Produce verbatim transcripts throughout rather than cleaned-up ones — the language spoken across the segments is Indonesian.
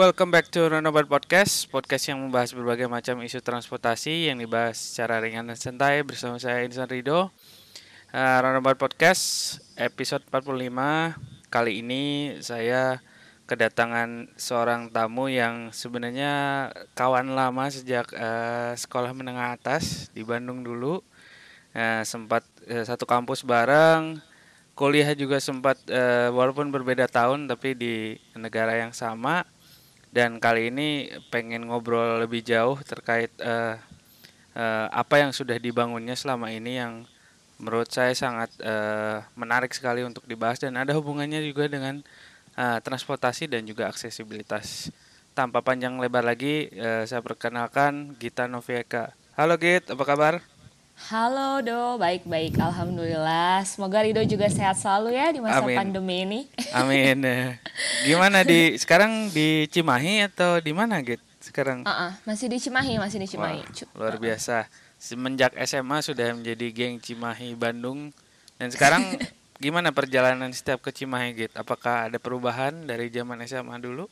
welcome back to Roundabout Podcast, podcast yang membahas berbagai macam isu transportasi yang dibahas secara ringan dan santai bersama saya Insan Rido. Uh, Roundabout Podcast episode empat puluh lima. Kali ini saya kedatangan seorang tamu yang sebenarnya kawan lama sejak uh, sekolah menengah atas di Bandung dulu. Uh, sempat uh, satu kampus bareng, kuliah juga sempat uh, walaupun berbeda tahun tapi di negara yang sama. Dan kali ini pengen ngobrol lebih jauh terkait uh, uh, apa yang sudah dibangunnya selama ini yang menurut saya sangat uh, menarik sekali untuk dibahas dan ada hubungannya juga dengan uh, transportasi dan juga aksesibilitas. Tanpa panjang lebar lagi, uh, saya perkenalkan Gita Novieka. Halo Git, apa kabar? Halo Do, baik-baik Alhamdulillah. Semoga Rido juga sehat selalu ya di masa Amin. pandemi ini. Amin. Gimana di sekarang di Cimahi atau di mana Git sekarang? Uh-uh, masih di Cimahi, masih di Cimahi. Wah, luar biasa. Semenjak S M A sudah menjadi geng Cimahi Bandung. Dan sekarang gimana perjalanan setiap ke Cimahi Git? Apakah ada perubahan dari zaman S M A dulu?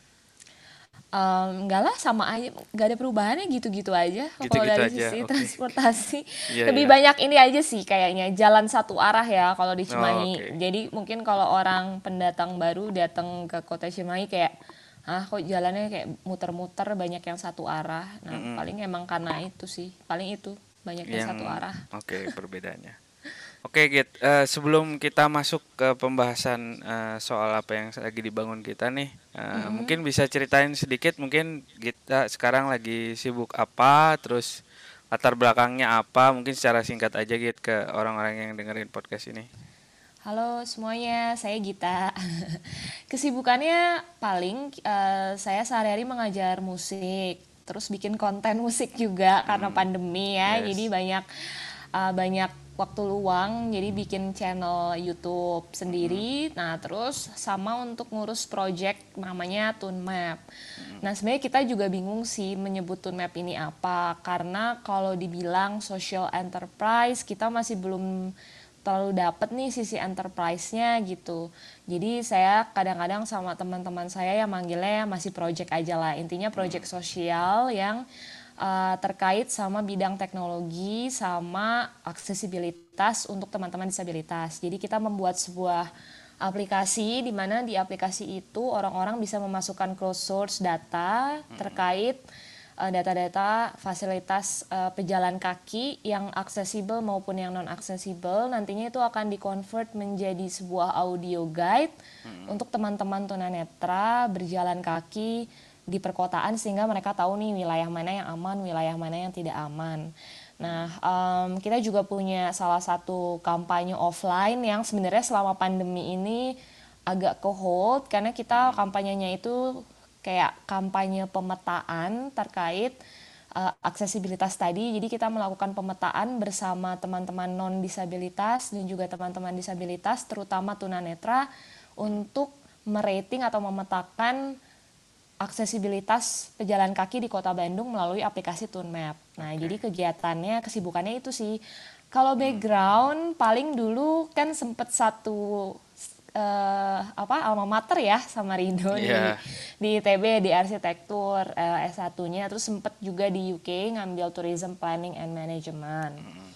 Um, enggak lah, sama aja, enggak ada perubahannya gitu-gitu aja. Gitu-gitu kalau dari aja, sisi oke. transportasi, Iya, lebih iya. banyak ini aja sih kayaknya jalan satu arah ya kalau di Cimahi. Oh, oke. Jadi mungkin kalau orang pendatang baru datang ke kota Cimahi kayak, ah kok jalannya kayak muter-muter, banyak yang satu arah. Nah Mm-mm. paling emang karena itu sih, paling itu banyak yang Yang satu arah. oke, perbedaannya. Oke Git, eh, sebelum kita masuk ke pembahasan eh, soal apa yang lagi dibangun kita nih, eh, mungkin bisa ceritain sedikit mungkin kita sekarang lagi sibuk apa, terus latar belakangnya apa, mungkin secara singkat aja Git ke orang-orang yang dengerin podcast ini. Halo semuanya, saya Gita. Kesibukannya paling uh, saya sehari-hari mengajar musik, terus bikin konten musik juga karena pandemi ya. Yes. Jadi banyak uh, banyak waktu luang, jadi bikin channel YouTube sendiri. Nah, terus sama untuk ngurus project namanya Tunmap. Nah, sebenarnya kita juga bingung sih menyebut Tunmap ini apa, karena kalau dibilang social enterprise kita masih belum terlalu dapet nih sisi enterprise-nya gitu. Jadi saya kadang-kadang sama teman-teman saya yang manggilnya masih project aja lah. Intinya project sosial yang uh, terkait sama bidang teknologi sama aksesibilitas untuk teman-teman disabilitas. Jadi kita membuat sebuah aplikasi di mana di aplikasi itu orang-orang bisa memasukkan closed source data terkait uh, data-data fasilitas uh, pejalan kaki yang aksesibel maupun yang non-aksesibel. Nantinya itu akan di-convert menjadi sebuah audio guide hmm. untuk teman-teman tunanetra berjalan kaki di perkotaan sehingga mereka tahu nih wilayah mana yang aman, wilayah mana yang tidak aman. Nah, um, kita juga punya salah satu kampanye offline yang sebenarnya selama pandemi ini agak ke hold karena kita kampanyenya itu kayak kampanye pemetaan terkait uh, aksesibilitas tadi. Jadi kita melakukan pemetaan bersama teman-teman non-disabilitas dan juga teman-teman disabilitas, terutama tunanetra, untuk merating atau memetakan aksesibilitas pejalan kaki di Kota Bandung melalui aplikasi Tunmap. Nah, okay. Jadi kegiatannya, kesibukannya itu sih. Kalau background, paling dulu kan sempet satu uh, apa alma mater ya sama Rido yeah. di, di I T B di arsitektur uh, S satu-nya, terus sempet juga di U K ngambil tourism planning and management. Mm.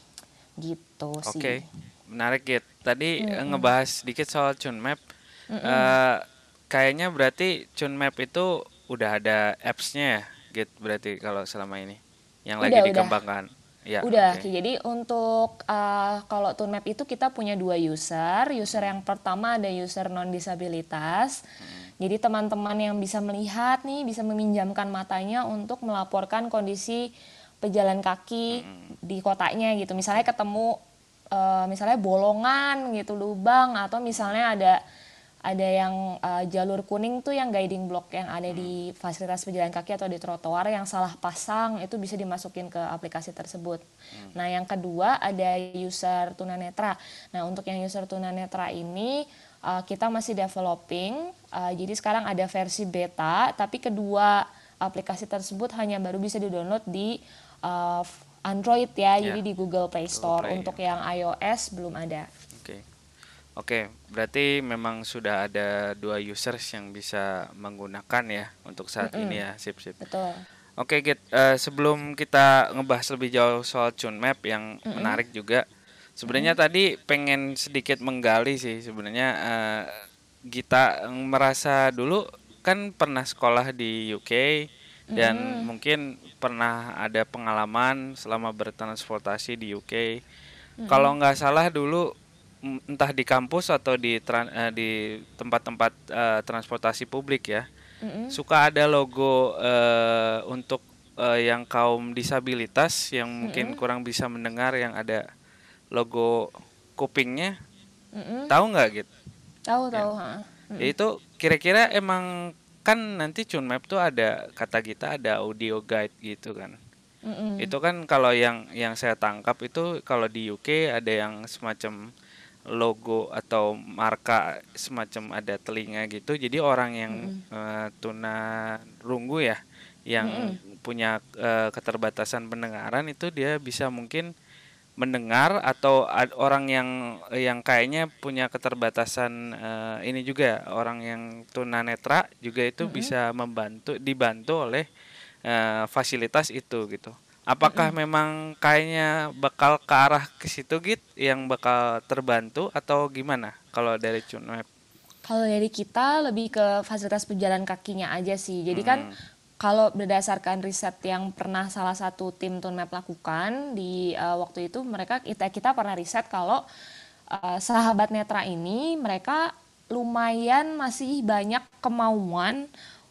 Gitu sih. Oke, okay. Menarik Git. Tadi mm-hmm. ngebahas sedikit soal Tunmap. Mm-hmm. Uh, Kayaknya berarti Tunmap itu udah ada apps-nya ya, Git, berarti kalau selama ini yang udah, lagi dikembangkan. Udah. Ya, udah. Okay. Jadi untuk uh, kalau Tunmap itu kita punya dua user. User yang pertama ada user non-disabilitas. Hmm. Jadi teman-teman yang bisa melihat nih, bisa meminjamkan matanya untuk melaporkan kondisi pejalan kaki hmm. di kotanya gitu. Misalnya ketemu uh, misalnya bolongan gitu, lubang, atau misalnya ada ada yang uh, jalur kuning tuh yang guiding block yang ada di fasilitas pejalan kaki atau di trotoar yang salah pasang, itu bisa dimasukin ke aplikasi tersebut. Hmm. Nah, yang kedua ada user tunanetra. Nah, untuk yang user tunanetra ini uh, kita masih developing. Uh, jadi sekarang ada versi beta, tapi kedua aplikasi tersebut hanya baru bisa di-download di uh, Android ya, yeah. Jadi di Google Play Store. Google Play, untuk ya. Yang iOS belum ada. Oke. Oke, berarti memang sudah ada dua users yang bisa menggunakan ya untuk saat ini Mm-mm, ya, sip sip. betul. Oke, Git, eh, sebelum kita ngebahas lebih jauh soal TuneMap yang Mm-mm, menarik juga, sebenarnya mm-mm, tadi pengen sedikit menggali sih sebenarnya eh, Gita merasa dulu kan pernah sekolah di U K dan mm-mm, mungkin pernah ada pengalaman selama bertransportasi di U K. Kalau mm-mm, nggak salah dulu m- entah di kampus atau di tran- eh, di tempat-tempat eh, transportasi publik ya, mm-mm, suka ada logo eh, untuk eh, yang kaum disabilitas yang mungkin mm-mm, kurang bisa mendengar yang ada logo kupingnya, mm-mm. tahu nggak gitu? Tahu Ya, tahu, ha. ya Mm-mm, itu kira-kira emang kan nanti Cunmap tuh ada kata kita ada audio guide gitu kan. mm-mm, Itu kan kalau yang yang saya tangkap itu kalau di U K ada yang semacam logo atau marka semacam ada telinga gitu. Jadi orang yang mm-mm, eh, tuna rungu ya, yang mm-mm, punya eh, keterbatasan pendengaran itu dia bisa mungkin mendengar atau ad- orang yang yang kayaknya punya keterbatasan eh, ini juga orang yang tunanetra juga itu mm-mm, bisa membantu dibantu oleh eh, fasilitas itu gitu. Apakah mm-mm. memang kayaknya bakal ke arah ke situ gitu yang bakal terbantu atau gimana kalau dari Cunweb? Kalau dari kita lebih ke fasilitas pejalan kakinya aja sih. Jadi kan Hmm, kalau berdasarkan riset yang pernah salah satu tim Tunmap lakukan di uh, waktu itu mereka kita kita pernah riset kalau uh, sahabat netra ini mereka lumayan masih banyak kemauan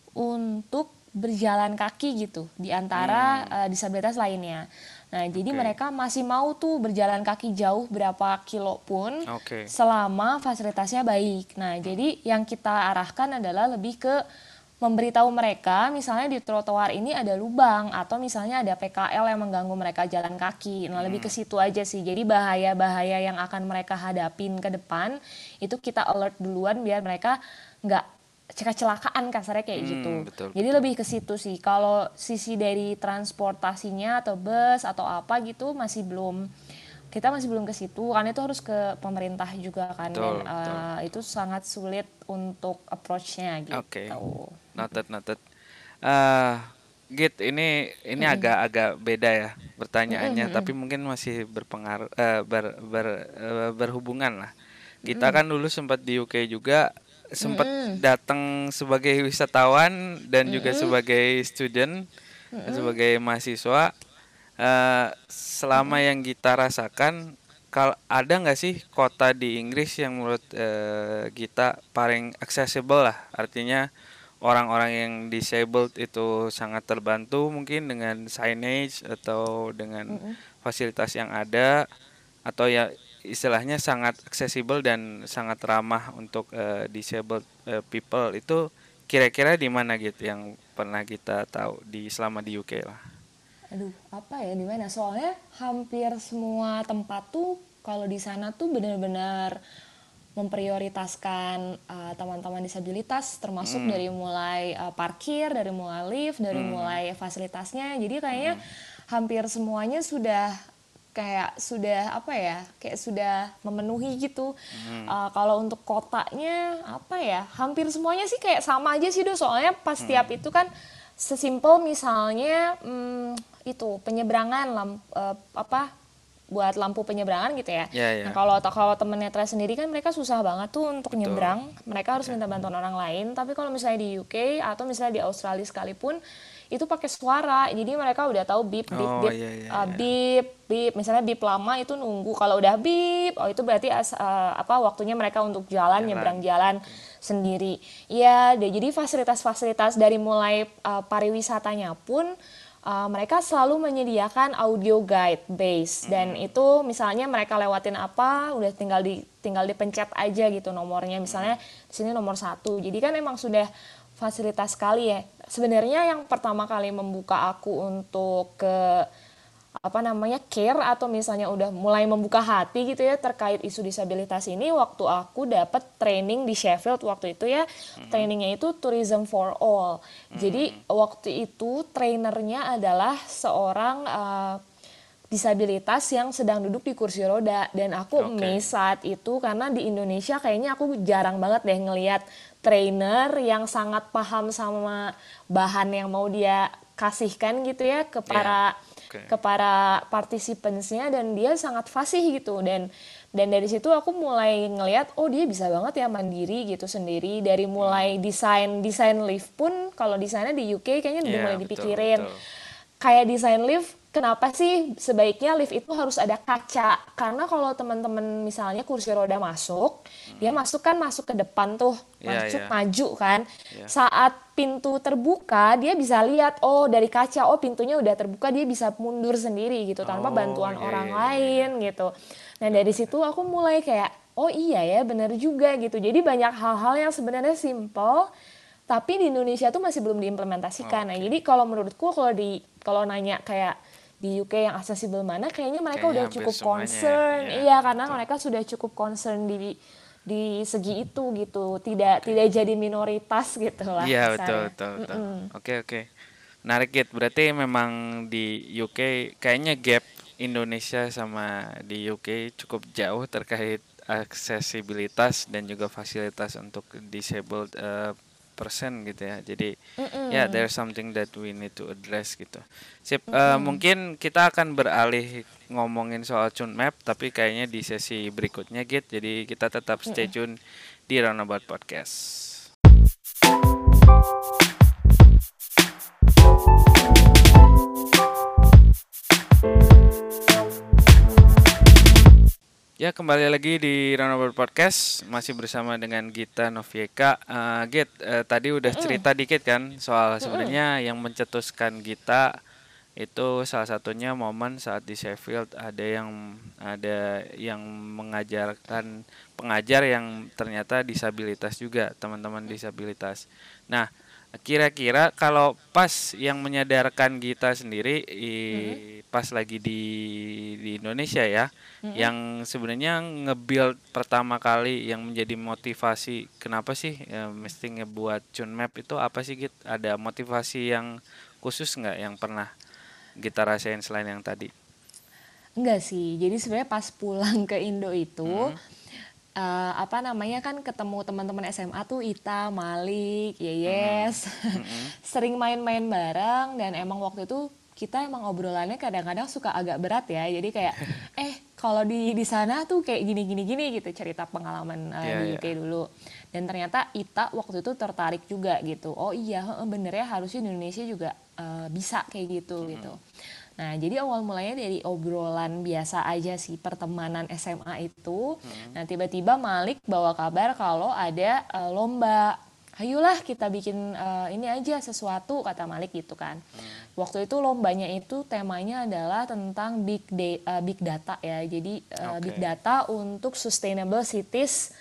untuk berjalan kaki gitu di antara hmm, uh, disabilitas lainnya. Nah, jadi oke, mereka masih mau tuh berjalan kaki jauh berapa kilo pun oke, selama fasilitasnya baik. Nah, jadi yang kita arahkan adalah lebih ke memberitahu mereka misalnya di trotoar ini ada lubang atau misalnya ada P K L yang mengganggu mereka jalan kaki. Nah, lebih ke hmm, situ aja sih. Jadi bahaya-bahaya yang akan mereka hadapin ke depan itu kita alert duluan biar mereka nggak kecelakaan kasarnya kayak hmm, gitu. betul Jadi betul. lebih ke situ sih. Kalau sisi dari transportasinya atau bus atau apa gitu masih belum kita masih belum ke situ karena itu harus ke pemerintah juga kan dan Betul, betul. uh, itu sangat sulit untuk approach-nya Oke, gitu. noted, noted. Eh, Git, ini ini agak-agak beda ya pertanyaannya, tapi mungkin masih berpengaruh eh, ber, ber, eh, berhubungan lah. Kita kan dulu sempat di U K juga, sempat Mm-mm. datang sebagai wisatawan dan juga Mm-mm. sebagai student, sebagai mahasiswa. Eh, selama yang kita rasakan, kal ada nggak sih kota di Inggris yang menurut eh, kita paling accessible lah, artinya orang-orang yang disabled itu sangat terbantu mungkin dengan signage atau dengan fasilitas yang ada atau ya istilahnya sangat accessible dan sangat ramah untuk eh, disabled eh, people itu kira-kira di mana gitu yang pernah kita tahu di selama di U K lah. Aduh, apa ya di mana? Soalnya hampir semua tempat tuh kalau di sana tuh benar-benar memprioritaskan uh, teman-teman disabilitas termasuk Mm, dari mulai uh, parkir, dari mulai lift, dari mm, mulai fasilitasnya. Jadi kayaknya mm, hampir semuanya sudah kayak sudah apa ya? Kayak sudah memenuhi gitu. mm, Uh, kalau untuk kotanya apa ya? Hampir semuanya sih kayak sama aja sih, Do. Soalnya pas tiap mm, itu kan sesimpel misalnya hmm, itu penyeberangan lamp, uh, apa buat lampu penyeberangan gitu ya. ya Nah, ya kalau kalau temen netra sendiri kan mereka susah banget tuh untuk betul nyebrang. Mereka harus ya. minta bantuan orang lain. Tapi kalau misalnya di U K atau misalnya di Australia sekalipun itu pakai suara. Jadi mereka udah tahu bip bip Oh bip iya iya uh, iya. bip bip. Misalnya bip lama itu nunggu. Kalau udah bip, oh itu berarti as, uh, apa waktunya mereka untuk jalan Jalan. nyebrang jalan Oke. sendiri. Iya, jadi fasilitas-fasilitas dari mulai uh, pariwisatanya pun uh, mereka selalu menyediakan audio guide base dan Mm, itu misalnya mereka lewatin apa udah tinggal di tinggal dipencet aja gitu nomornya misalnya di sini nomor satu. Jadi kan emang sudah fasilitas sekali ya. Sebenarnya yang pertama kali membuka aku untuk ke apa namanya care atau misalnya udah mulai membuka hati gitu ya terkait isu disabilitas ini waktu aku dapat training di Sheffield waktu itu ya trainingnya itu tourism for all jadi mm, waktu itu trainernya adalah seorang uh, disabilitas yang sedang duduk di kursi roda. Dan aku Oke. amazed saat itu karena di Indonesia kayaknya aku jarang banget deh ngelihat trainer yang sangat paham sama bahan yang mau dia kasihkan gitu ya ke para Oke. ke para participants-nya, dan dia sangat fasih gitu. dan dan dari situ aku mulai ngelihat oh dia bisa banget ya mandiri gitu sendiri, dari mulai desain desain lift pun kalau di sana di U K kayaknya udah Iya, mulai betul, dipikirin betul. kayak desain lift. Kenapa sih sebaiknya lift itu harus ada kaca? Karena kalau teman-teman misalnya kursi roda masuk, dia masuk kan masuk ke depan tuh, Iya, masuk iya. maju kan. Iya. Saat pintu terbuka, dia bisa lihat oh dari kaca, oh pintunya udah terbuka, dia bisa mundur sendiri gitu tanpa Oh, bantuan iya, orang iya, iya, iya. lain gitu. Nah dari situ aku mulai kayak oh iya ya benar juga gitu. Jadi banyak hal-hal yang sebenarnya simple tapi di Indonesia tuh masih belum diimplementasikan. Nah, Oke. jadi kalau menurutku kalau di kalau nanya kayak di U K yang accessible mana, kayaknya mereka Kayaknya udah hampir cukup semuanya ya. concern. Iya, Iya, karena betul. mereka sudah cukup concern di di segi itu gitu. Tidak tidak jadi minoritas gitu lah Iya, betul, kasarnya. betul, betul. Oke, oke. Menarik, Git. Berarti memang di U K kayaknya gap Indonesia sama di U K cukup jauh terkait aksesibilitas dan juga fasilitas untuk disabled eh, person gitu ya. Jadi ya there's something that we need to address gitu. Sip, eh, mungkin kita akan beralih ngomongin soal Tune Map tapi kayaknya di sesi berikutnya Git. Jadi kita tetap stay tune di Roundabout Podcast. Ya, kembali lagi di Roundabout Podcast, masih bersama dengan Gita Novieka. Uh, Git, uh, tadi udah cerita dikit kan soal sebenarnya yang mencetuskan Gita itu salah satunya momen saat di Sheffield ada yang ada yang mengajarkan pengajar yang ternyata disabilitas juga, teman-teman disabilitas. Nah, kira-kira kalau pas yang menyadarkan Gita sendiri i- pas lagi di di Indonesia ya, yang sebenarnya nge-build pertama kali yang menjadi motivasi kenapa sih ya, mesti ngebuat Tune Map itu apa sih Git? Ada motivasi yang khusus nggak yang pernah kita rasain selain yang tadi? Enggak sih. Jadi sebenarnya pas pulang ke Indo itu eh, apa namanya kan ketemu teman-teman S M A tuh Ita, Malik, Yeyes, sering main-main bareng, dan emang waktu itu kita emang obrolannya kadang-kadang suka agak berat ya. Jadi kayak eh kalau di di sana tuh kayak gini-gini gini gitu, cerita pengalaman eh, Iya, di iya. U K dulu. Dan ternyata Ita waktu itu tertarik juga gitu. Oh iya, heeh, bener ya harusnya di Indonesia juga eh, bisa kayak gitu gitu. Nah, jadi awal mulanya dari obrolan biasa aja sih, pertemanan S M A itu. Nah, tiba-tiba Malik bawa kabar kalau ada uh, lomba. Ayolah kita bikin uh, ini aja sesuatu, kata Malik gitu kan. Waktu itu lombanya itu temanya adalah tentang big, day, uh, big data ya. Jadi uh, Oke. big data untuk sustainable cities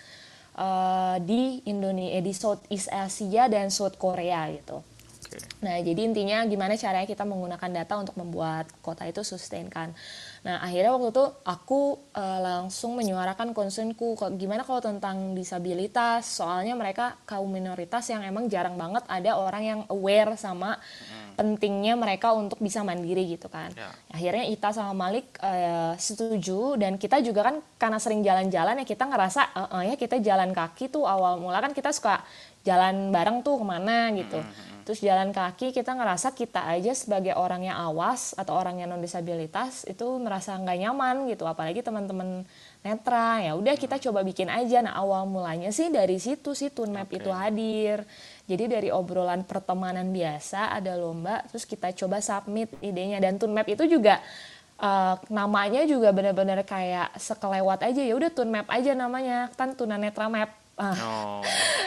uh, di Indonesia, eh, di Southeast Asia dan South Korea gitu. Oke. Nah, jadi intinya gimana caranya kita menggunakan data untuk membuat kota itu sustain kan. Nah, akhirnya waktu itu aku uh, langsung menyuarakan concernku, gimana kalau tentang disabilitas, soalnya mereka kaum minoritas yang emang jarang banget ada orang yang aware sama hmm. pentingnya mereka untuk bisa mandiri gitu kan. Ya. Akhirnya Ita sama Malik uh, setuju, dan kita juga kan karena sering jalan-jalan ya kita ngerasa uh, uh, ya kita jalan kaki tuh awal mula kan kita suka jalan bareng tuh kemana gitu. Hmm. Terus jalan kaki kita ngerasa kita aja sebagai orang yang awas atau orang yang non disabilitas itu merasa nggak nyaman gitu, apalagi teman-teman netra. Ya udah kita coba bikin aja. Nah awal mulanya sih dari situ sih Tune Map okay. itu hadir. Jadi dari obrolan pertemanan biasa ada lomba, terus kita coba submit idenya, dan Tune Map itu juga uh, namanya juga benar-benar kayak sekelewat aja, ya udah Tune Map aja namanya, kan Tunanetra Map. Oh.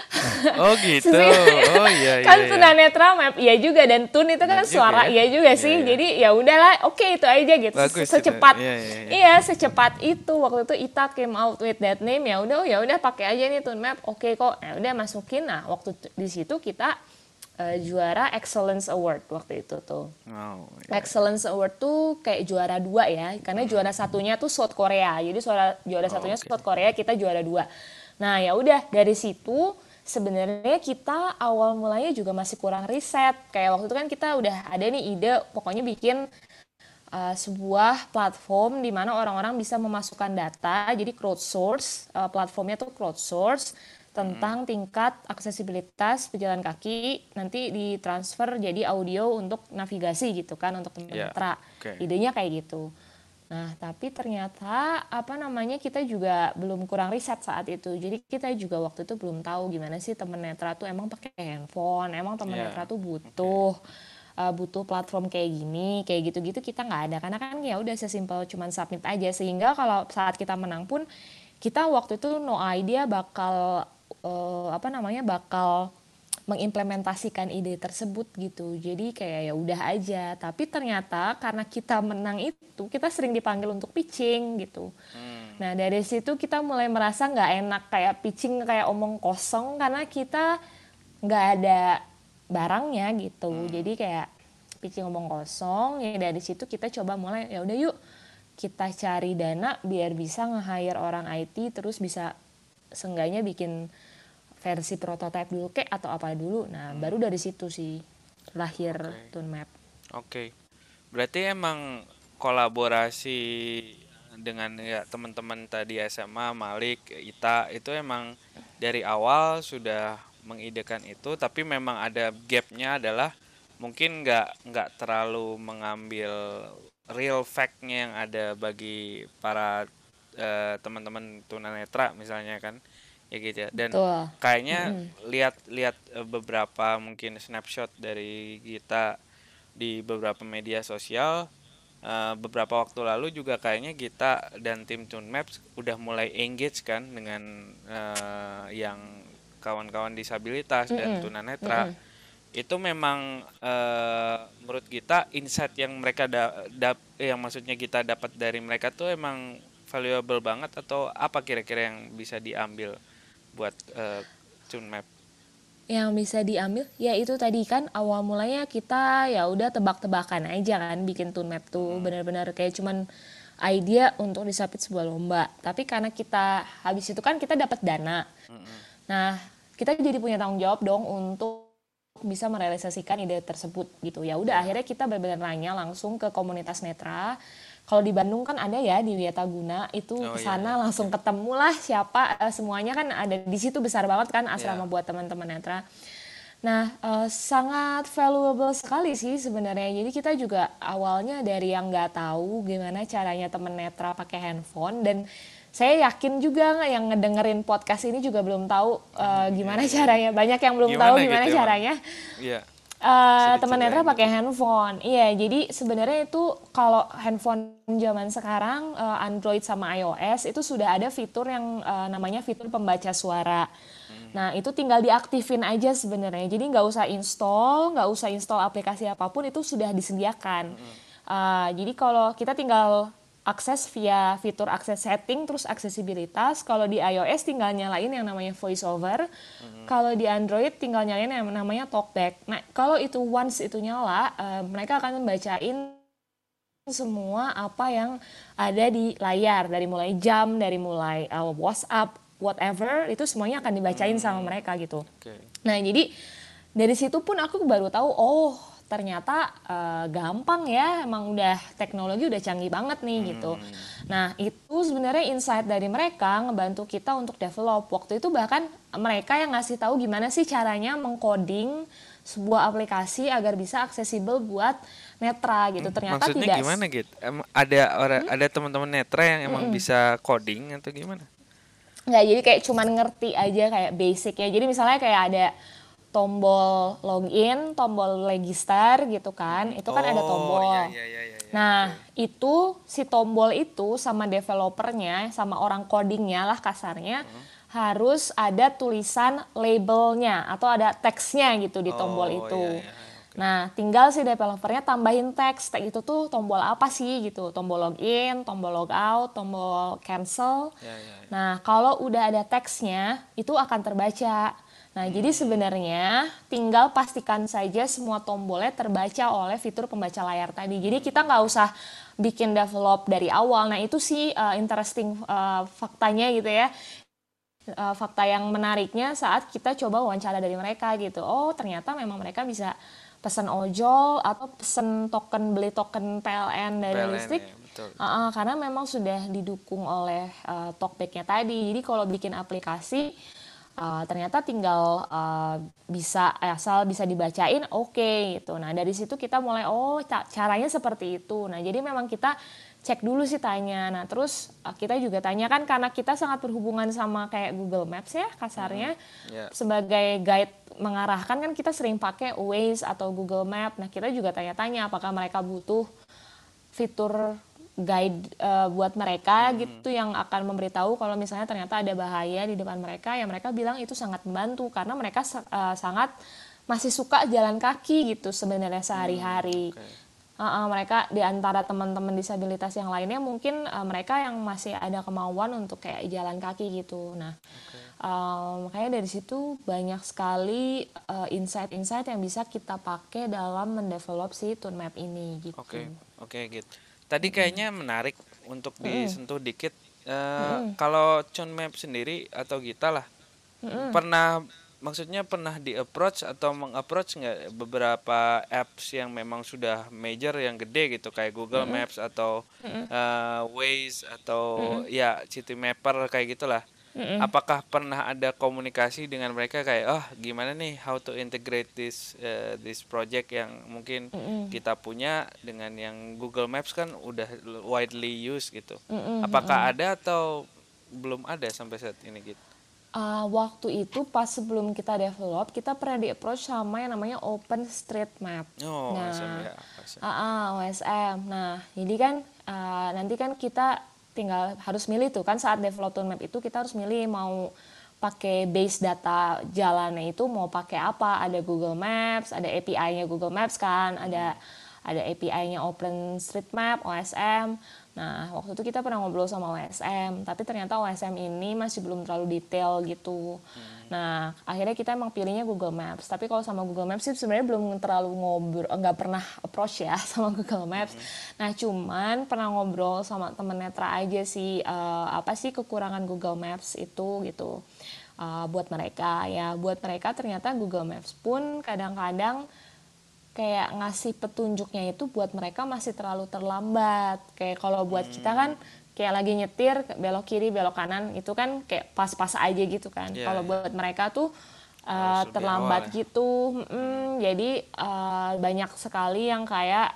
Oh gitu. Oh iya iya. Kan iya. Tunanetra Map iya juga, dan tun itu kan suara ya? Iya juga sih. Iya, iya. Jadi ya udahlah, oke okay, itu aja gitu. Bagus, secepat iya, iya, iya. iya secepat itu waktu itu Ita came out with that name, ya udah ya udah pakai aja nih Tune Map. Oke okay, kok. Ya udah masukin. Nah, waktu di situ kita uh, juara Excellence Award waktu itu tuh. Oh, iya. Excellence Award tuh kayak juara dua ya, karena hmm. juara satunya tuh South Korea. Jadi juara juara oh, satunya okay. South Korea, kita juara dua. Nah ya udah dari situ sebenarnya kita awal mulanya juga masih kurang riset. Kayak waktu itu kan kita udah ada nih ide pokoknya bikin uh, sebuah platform di mana orang-orang bisa memasukkan data. Jadi crowdsource, uh, platformnya tuh crowdsource tentang tingkat aksesibilitas pejalan kaki, nanti ditransfer jadi audio untuk navigasi gitu kan, untuk tunanetra. Yeah. Okay. Idenya kayak gitu. Nah, tapi ternyata apa namanya kita juga belum kurang riset saat itu. Jadi kita juga waktu itu belum tahu gimana sih teman netra tuh emang pakai handphone, emang teman yeah. netra tuh butuh okay. uh, butuh platform kayak gini, kayak gitu-gitu kita nggak ada. Karena kan ya udah sesimpel cuman submit aja. Sehingga kalau saat kita menang pun kita waktu itu no idea bakal uh, apa namanya bakal mengimplementasikan ide tersebut gitu. Jadi kayak ya udah aja. Tapi ternyata karena kita menang itu, kita sering dipanggil untuk pitching gitu. Hmm. Nah dari situ kita mulai merasa nggak enak kayak pitching kayak omong kosong karena kita nggak ada barangnya gitu. Hmm. Jadi kayak pitching omong kosong. Ya dari situ kita coba mulai ya udah yuk kita cari dana biar bisa nge-hire orang I T terus bisa seenggaknya bikin versi prototipe dulu kek atau apa dulu. Nah, hmm. baru dari situ sih lahir okay. ToonMap. Oke. Okay. Berarti emang kolaborasi dengan ya teman-teman tadi S M A, Malik, Ita itu emang dari awal sudah mengidekan itu, tapi memang ada gapnya adalah mungkin nggak nggak terlalu mengambil real fact-nya yang ada bagi para uh, teman-teman tunanetra misalnya kan. Ya gitu ya. Dan Betul. kayaknya lihat-lihat mm-hmm. beberapa mungkin snapshot dari kita di beberapa media sosial uh, beberapa waktu lalu juga kayaknya kita dan tim ToonMap udah mulai engage kan dengan uh, yang kawan-kawan disabilitas mm-hmm. dan tunanetra. Mm-hmm. Itu memang uh, menurut kita insight yang mereka da- da- yang maksudnya kita dapat dari mereka tuh emang valuable banget atau apa kira-kira yang bisa diambil buat uh, ToonMap? Yang bisa diambil ya itu tadi kan awal mulanya kita ya udah tebak-tebakan aja kan bikin ToonMap tuh hmm. benar-benar kayak cuman idea untuk disubmit sebuah lomba. Tapi karena kita habis itu kan kita dapat dana. Hmm. Nah, kita jadi punya tanggung jawab dong untuk bisa merealisasikan ide tersebut gitu. Ya udah yeah. akhirnya kita benar-benar nanya langsung ke komunitas netra. Kalau di Bandung kan ada ya di Wiataguna itu oh, kesana iya, iya. langsung ketemu lah siapa uh, semuanya kan ada di situ besar banget kan asrama yeah. buat teman-teman netra. Nah uh, sangat valuable sekali sih sebenarnya. Jadi kita juga awalnya dari yang nggak tahu gimana caranya teman netra pakai handphone dan saya yakin juga yang ngedengerin podcast ini juga belum tahu uh, gimana yeah. caranya. Banyak yang belum gimana tahu gimana gitu, caranya. Iya. Uh, teman netra pakai handphone, iya. Jadi sebenarnya itu kalau handphone zaman sekarang uh, Android sama iOS itu sudah ada fitur yang uh, namanya fitur pembaca suara. Hmm. Nah itu tinggal diaktifin aja sebenarnya. Jadi nggak usah install, nggak usah install aplikasi apapun itu sudah disediakan. Hmm. Uh, jadi kalau kita tinggal akses via fitur akses setting terus aksesibilitas. Kalau di iOS tinggal nyalain yang namanya voiceover. Mm-hmm. Kalau di Android tinggal nyalain yang namanya talkback. Nah, kalau itu once itu nyala, uh, mereka akan membacain semua apa yang ada di layar dari mulai jam, dari mulai uh, WhatsApp, whatever itu semuanya akan dibacain mm-hmm. sama mereka gitu. Okay. Nah, jadi dari situ pun aku baru tahu oh ternyata uh, gampang ya, emang udah teknologi udah canggih banget nih hmm. gitu. Nah itu sebenarnya insight dari mereka ngebantu kita untuk develop. Waktu itu bahkan mereka yang ngasih tahu gimana sih caranya mengcoding sebuah aplikasi agar bisa aksesibel buat netra gitu. Ternyata maksudnya tidak. Maksudnya gimana gitu? Emang ada orang, hmm? ada teman-teman netra yang emang hmm. bisa coding atau gimana? Nggak, jadi kayak cuman ngerti aja kayak basic ya. Jadi misalnya kayak ada tombol login, tombol register gitu kan, itu kan oh, ada tombol. Iya, iya, iya, iya. Nah okay. itu si tombol itu sama developernya, sama orang codingnya lah kasarnya, hmm. harus ada tulisan labelnya atau ada teksnya gitu di tombol oh, itu. Iya, iya. Okay. Nah tinggal si developernya tambahin teks, teks itu tuh tombol apa sih gitu, tombol login, tombol logout, tombol cancel. Yeah, yeah, yeah. Nah kalau udah ada teksnya itu akan terbaca. Nah, hmm. jadi sebenarnya tinggal pastikan saja semua tombolnya terbaca oleh fitur pembaca layar tadi. Jadi kita nggak usah bikin develop dari awal. Nah, itu sih uh, interesting uh, faktanya gitu ya. Uh, fakta yang menariknya saat kita coba wawancara dari mereka gitu. Oh, ternyata memang mereka bisa pesan ojol atau pesan token, beli token P L N dari P L N listrik. ya, betul. Uh, uh, karena memang sudah didukung oleh uh, talkback-nya tadi. Jadi kalau bikin aplikasi uh, ternyata tinggal uh, bisa asal bisa dibacain, oke okay, gitu. Nah dari situ kita mulai oh ca- caranya seperti itu. Nah jadi memang kita cek dulu sih tanya. Nah terus uh, kita juga tanya kan karena kita sangat berhubungan sama kayak Google Maps ya kasarnya Mm-hmm. Yeah. sebagai guide mengarahkan kan kita sering pakai Waze atau Google Map. Nah kita juga tanya-tanya apakah mereka butuh fitur guide uh, buat mereka hmm. gitu yang akan memberitahu kalau misalnya ternyata ada bahaya di depan mereka, ya mereka bilang itu sangat membantu karena mereka uh, sangat masih suka jalan kaki gitu sebenarnya sehari-hari. Hmm, okay. uh, uh, mereka di antara teman-teman disabilitas yang lainnya mungkin uh, mereka yang masih ada kemauan untuk kayak jalan kaki gitu. Nah, okay. uh, makanya dari situ banyak sekali uh, insight-insight yang bisa kita pakai dalam mendevelop si ToonMap ini gitu. Oke, okay. oke okay, gitu. Tadi kayaknya menarik untuk disentuh mm. dikit. Uh, mm. Kalau ToonMap sendiri atau kita lah, mm. pernah, maksudnya pernah di-approach atau meng-approach nggak beberapa apps yang memang sudah major yang gede gitu, kayak Google mm. Maps atau uh, Waze atau mm. ya City Mapper kayak gitulah. Mm-mm. Apakah pernah ada komunikasi dengan mereka kayak oh gimana nih how to integrate this uh, this project yang mungkin Mm-mm. kita punya dengan yang Google Maps kan udah widely used gitu. Mm-mm. Apakah ada atau belum ada sampai saat ini gitu? Uh, waktu itu pas sebelum kita develop kita pernah di approach sama yang namanya OpenStreetMap. Oh, nah, O S M ya. Uh, uh, O S M. Nah, jadi kan uh, nanti kan kita tinggal harus milih tuh kan saat develop ToonMap itu kita harus milih mau pakai base data jalannya itu mau pakai apa, ada Google Maps, ada A P I-nya Google Maps kan, hmm. ada ada A P I-nya OpenStreetMap, O S M. Nah waktu itu kita pernah ngobrol sama O S M, tapi ternyata O S M ini masih belum terlalu detail gitu. Hmm. Nah akhirnya kita emang pilihnya Google Maps, tapi kalau sama Google Maps sih sebenarnya belum terlalu ngobrol, nggak pernah approach ya sama Google Maps. Hmm. Nah cuman pernah ngobrol sama temen netra aja sih, uh, apa sih kekurangan Google Maps itu gitu. Uh, buat mereka ya, buat mereka ternyata Google Maps pun kadang-kadang kayak ngasih petunjuknya itu buat mereka masih terlalu terlambat. Kayak kalau buat hmm. kita kan kayak lagi nyetir belok kiri belok kanan itu kan kayak pas-pas aja gitu kan. Yeah, kalau yeah. buat mereka tuh uh, terlambat awal, gitu. Ya. Hmm, jadi uh, banyak sekali yang kayak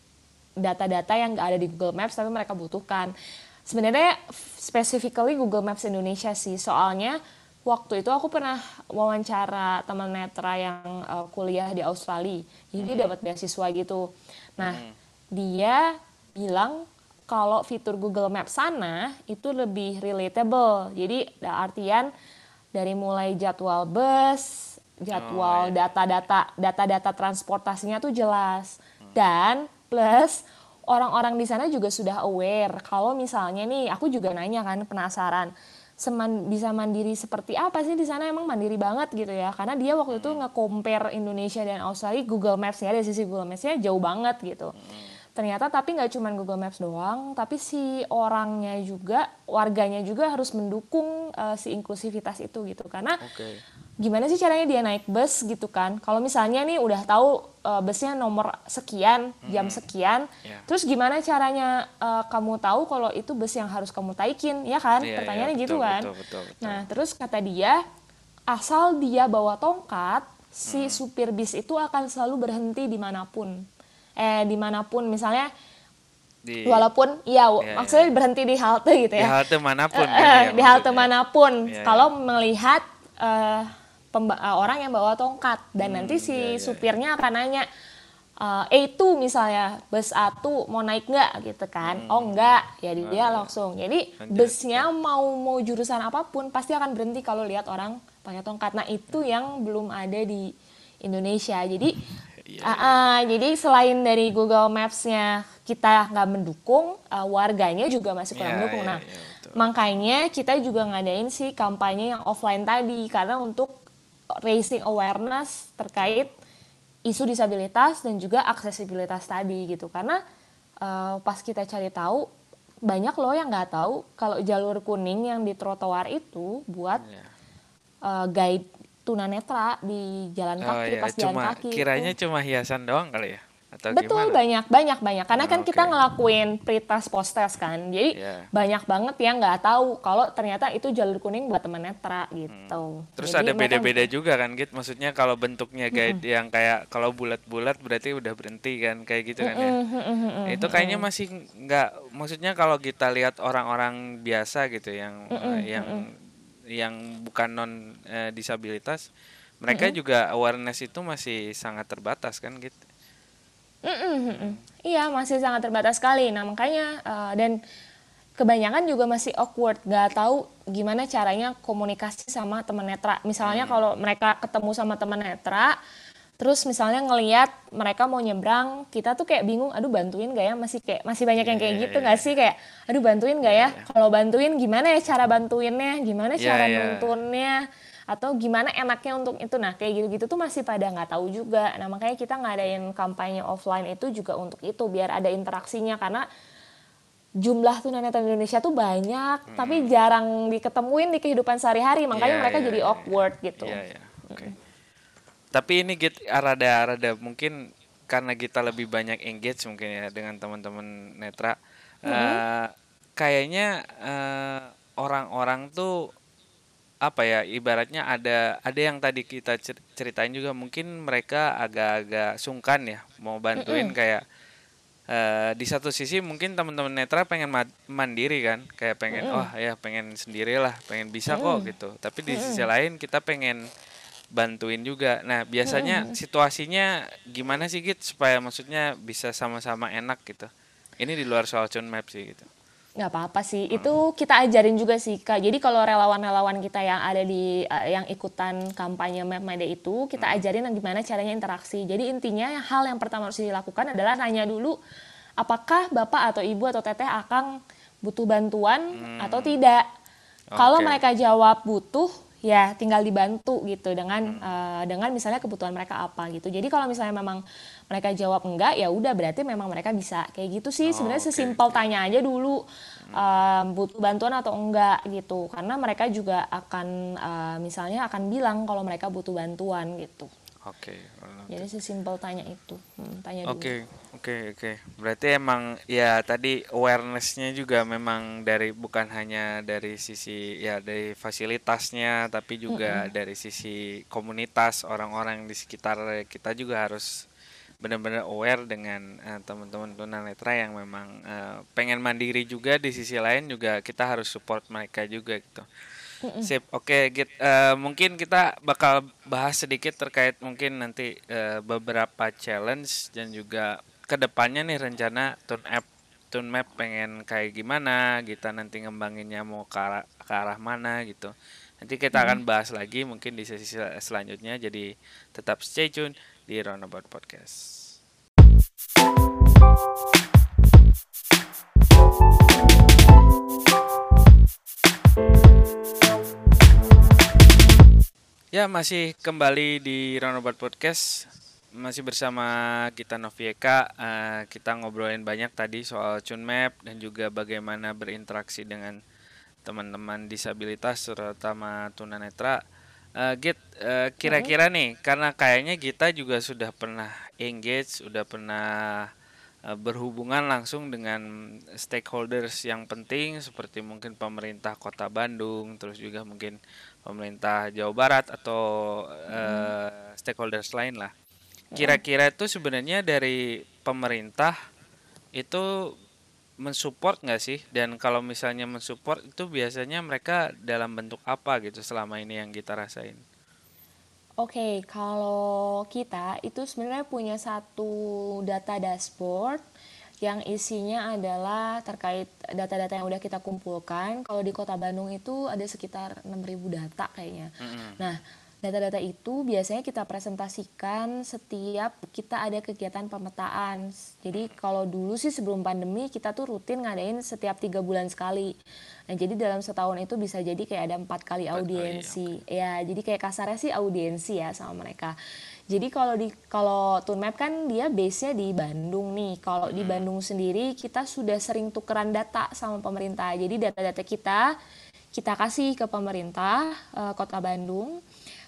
data-data yang nggak ada di Google Maps tapi mereka butuhkan. Sebenarnya specifically Google Maps Indonesia sih, soalnya waktu itu aku pernah wawancara teman netra yang uh, kuliah di Australia, jadi dia dapat beasiswa gitu. Nah, hmm. dia bilang kalau fitur Google Maps sana itu lebih relatable. Jadi artian dari mulai jadwal bus, jadwal oh, iya. data-data data-data transportasinya tuh jelas. Hmm. Dan plus orang-orang di sana juga sudah aware kalau misalnya nih, aku juga nanya kan, penasaran. Seman, bisa mandiri seperti apa sih di sana, emang mandiri banget gitu ya, karena dia waktu itu nge-compare Indonesia dan Australia Google Maps-nya, dari sisi Google Maps-nya jauh banget gitu. Ternyata tapi nggak cuma Google Maps doang, tapi si orangnya juga, warganya juga harus mendukung uh, si inklusivitas itu gitu, karena okay. gimana sih caranya dia naik bus gitu kan, kalau misalnya nih udah tahu uh, busnya nomor sekian, jam hmm. sekian, yeah. terus gimana caranya uh, kamu tahu kalau itu bus yang harus kamu taikin, ya kan, yeah, pertanyaannya yeah, betul, gitu kan. Betul, betul, betul. Nah terus kata dia, asal dia bawa tongkat, si hmm. supir bis itu akan selalu berhenti dimanapun, eh dimanapun misalnya. Di, walaupun ya, ya maksudnya ya. berhenti di halte gitu ya, di halte manapun uh, kan, ya, di halte manapun ya, kalau ya. melihat uh, Pemba- orang yang bawa tongkat, dan hmm, nanti si ya, ya, supirnya ya. akan nanya uh, eh itu misalnya bus A tuh mau naik nggak gitu kan, hmm. oh enggak ya dia oh, ya. langsung, jadi Lanjut. busnya mau mau jurusan apapun pasti akan berhenti kalau lihat orang pakai tongkat. Nah itu yang belum ada di Indonesia, jadi ya, uh, uh, jadi selain dari Google Maps-nya kita nggak mendukung, uh, warganya juga masih kurang ya, mendukung. Nah ya, ya, makanya kita juga ngadain si kampanye yang offline tadi, karena untuk raising awareness terkait isu disabilitas dan juga aksesibilitas tadi gitu, karena uh, pas kita cari tahu banyak loh yang nggak tahu kalau jalur kuning yang di trotoar itu buat yeah. uh, guide tunanetra di jalan Oh kaki, ya, pas jalan cuma kaki kiranya itu. cuma hiasan doang kali ya? Atau Betul, gimana? banyak, banyak, banyak. Karena Oh, kan oke. kita ngelakuin pre-test, post-test kan. Jadi Ya. banyak banget yang nggak tahu kalau ternyata itu jalur kuning buat tunanetra Hmm. gitu. Terus Jadi ada mereka beda-beda juga kan, Git? Maksudnya kalau bentuknya guide mm-mm, yang kayak kalau bulat-bulat berarti udah berhenti kan, kayak gitu kan ya? mm-mm, mm-mm, mm-mm, Itu kayaknya mm-mm, masih nggak, maksudnya kalau kita lihat orang-orang biasa gitu yang mm-mm, eh, yang mm-mm, yang bukan non eh, disabilitas, mereka mm-mm, juga awareness itu masih sangat terbatas kan gitu. mm-mm, mm-mm. Hmm. Iya, masih sangat terbatas sekali. Nah makanya eh, dan kebanyakan juga masih awkward, nggak tahu gimana caranya komunikasi sama teman netra. Misalnya Hmm. kalau mereka ketemu sama teman netra, terus misalnya ngelihat mereka mau nyebrang, kita tuh kayak bingung, aduh bantuin nggak ya? Masih kayak masih banyak Ya, yang kayak ya, gitu ya, nggak ya, sih? Kayak, aduh bantuin nggak ya, ya? ya, Kalau bantuin gimana ya cara bantuinnya? Gimana ya, cara ya. nuntunnya? Atau gimana enaknya untuk itu? Nah kayak gitu-gitu tuh masih pada nggak tahu juga. Nah makanya kita ngadain kampanye offline itu juga untuk itu, biar ada interaksinya. Karena jumlah tunanetra di Indonesia tuh banyak, tapi Hmm. jarang diketemuin di kehidupan sehari-hari. Makanya Iya, mereka iya, jadi iya, iya, awkward gitu. iya, iya. Oke. Tapi ini Git, rada rada mungkin karena kita lebih banyak engage mungkin ya dengan teman-teman netra. Mm-mm. eh Kayaknya eh, orang-orang tuh apa ya, ibaratnya ada ada yang tadi kita cer- ceritain juga, mungkin mereka agak-agak sungkan ya mau bantuin, Mm-mm. kayak eh, di satu sisi mungkin teman-teman netra pengen ma- mandiri kan, kayak pengen, Mm-mm. oh ya pengen sendirilah, pengen bisa kok Mm-mm. gitu, tapi di sisi Mm-mm. lain kita pengen bantuin juga. Nah, biasanya Mm-mm. situasinya gimana sih Git supaya maksudnya bisa sama-sama enak gitu. Ini di luar soal Chun Map sih gitu. Nggak apa-apa sih, Hmm. itu kita ajarin juga sih Kak. Jadi kalau relawan-relawan kita yang ada di eh, yang ikutan kampanye Map My Day itu, kita Hmm. ajarin gimana caranya interaksi. Jadi intinya hal yang pertama harus dilakukan adalah nanya dulu apakah Bapak atau Ibu atau Teteh akan butuh bantuan atau Hmm. tidak. Kalau Oke. mereka jawab butuh, ya tinggal dibantu gitu dengan Hmm. eh, dengan misalnya kebutuhan mereka apa gitu. Jadi kalau misalnya memang mereka jawab enggak, ya udah berarti memang mereka bisa. Kayak gitu sih. Oh, Sebenarnya oke, sesimpel oke. tanya aja dulu em, butuh bantuan atau enggak gitu. Karena mereka juga akan eh, misalnya akan bilang kalau mereka butuh bantuan gitu. Oke, well Jadi noted. sesimpel tanya itu. Hmm, tanya dulu. Oke, oke, oke. Berarti emang ya tadi awareness-nya juga memang dari, bukan hanya dari sisi ya dari fasilitasnya, tapi juga dari sisi komunitas orang-orang di sekitar kita juga harus benar-benar aware dengan eh, teman-teman tunanetra yang memang eh, pengen mandiri juga, di sisi lain juga kita harus support mereka juga gitu. Sip, oke, Git. Eh, mungkin kita bakal bahas sedikit terkait mungkin nanti eh, beberapa challenge dan juga kedepannya nih rencana Tune App, Tune Map pengen kayak gimana, kita nanti ngembanginnya mau ke arah, ke arah mana gitu. Nanti kita akan bahas lagi mungkin di sesi sel- selanjutnya. Jadi tetap stay tune di Roundabout Podcast. Ya, masih kembali di Roundabout Podcast. Masih bersama kita Novieka. Eh, kita ngobrolin banyak tadi soal Chun Map dan juga bagaimana berinteraksi dengan teman-teman disabilitas terutama tunanetra. Eh, Git, eh, kira-kira nih, karena kayaknya kita juga sudah pernah engage, sudah pernah eh, berhubungan langsung dengan stakeholders yang penting seperti mungkin pemerintah Kota Bandung, terus juga mungkin pemerintah Jawa Barat atau eh, stakeholders lain lah. Kira-kira itu sebenarnya dari pemerintah itu mensupport nggak sih? Dan kalau misalnya mensupport itu biasanya mereka dalam bentuk apa gitu selama ini yang kita rasain? Oke, kalau kita itu sebenarnya punya satu data dashboard yang isinya adalah terkait data-data yang udah kita kumpulkan. Kalau di Kota Bandung itu ada sekitar enam ribu data kayaknya. Mm-mm. Nah, data-data itu biasanya kita presentasikan setiap kita ada kegiatan pemetaan. Jadi kalau dulu sih sebelum pandemi kita tuh rutin ngadain setiap tiga bulan sekali. Nah jadi dalam setahun itu bisa jadi kayak ada empat kali Empat kali, audiensi. oke. Ya jadi kayak kasarnya sih audiensi ya sama mereka. Jadi kalau di kalau Tunmap kan dia base-nya di Bandung nih. Kalau di Mm-mm. Bandung sendiri kita sudah sering tukeran data sama pemerintah. Jadi data-data kita kita kasih ke pemerintah eh, Kota Bandung.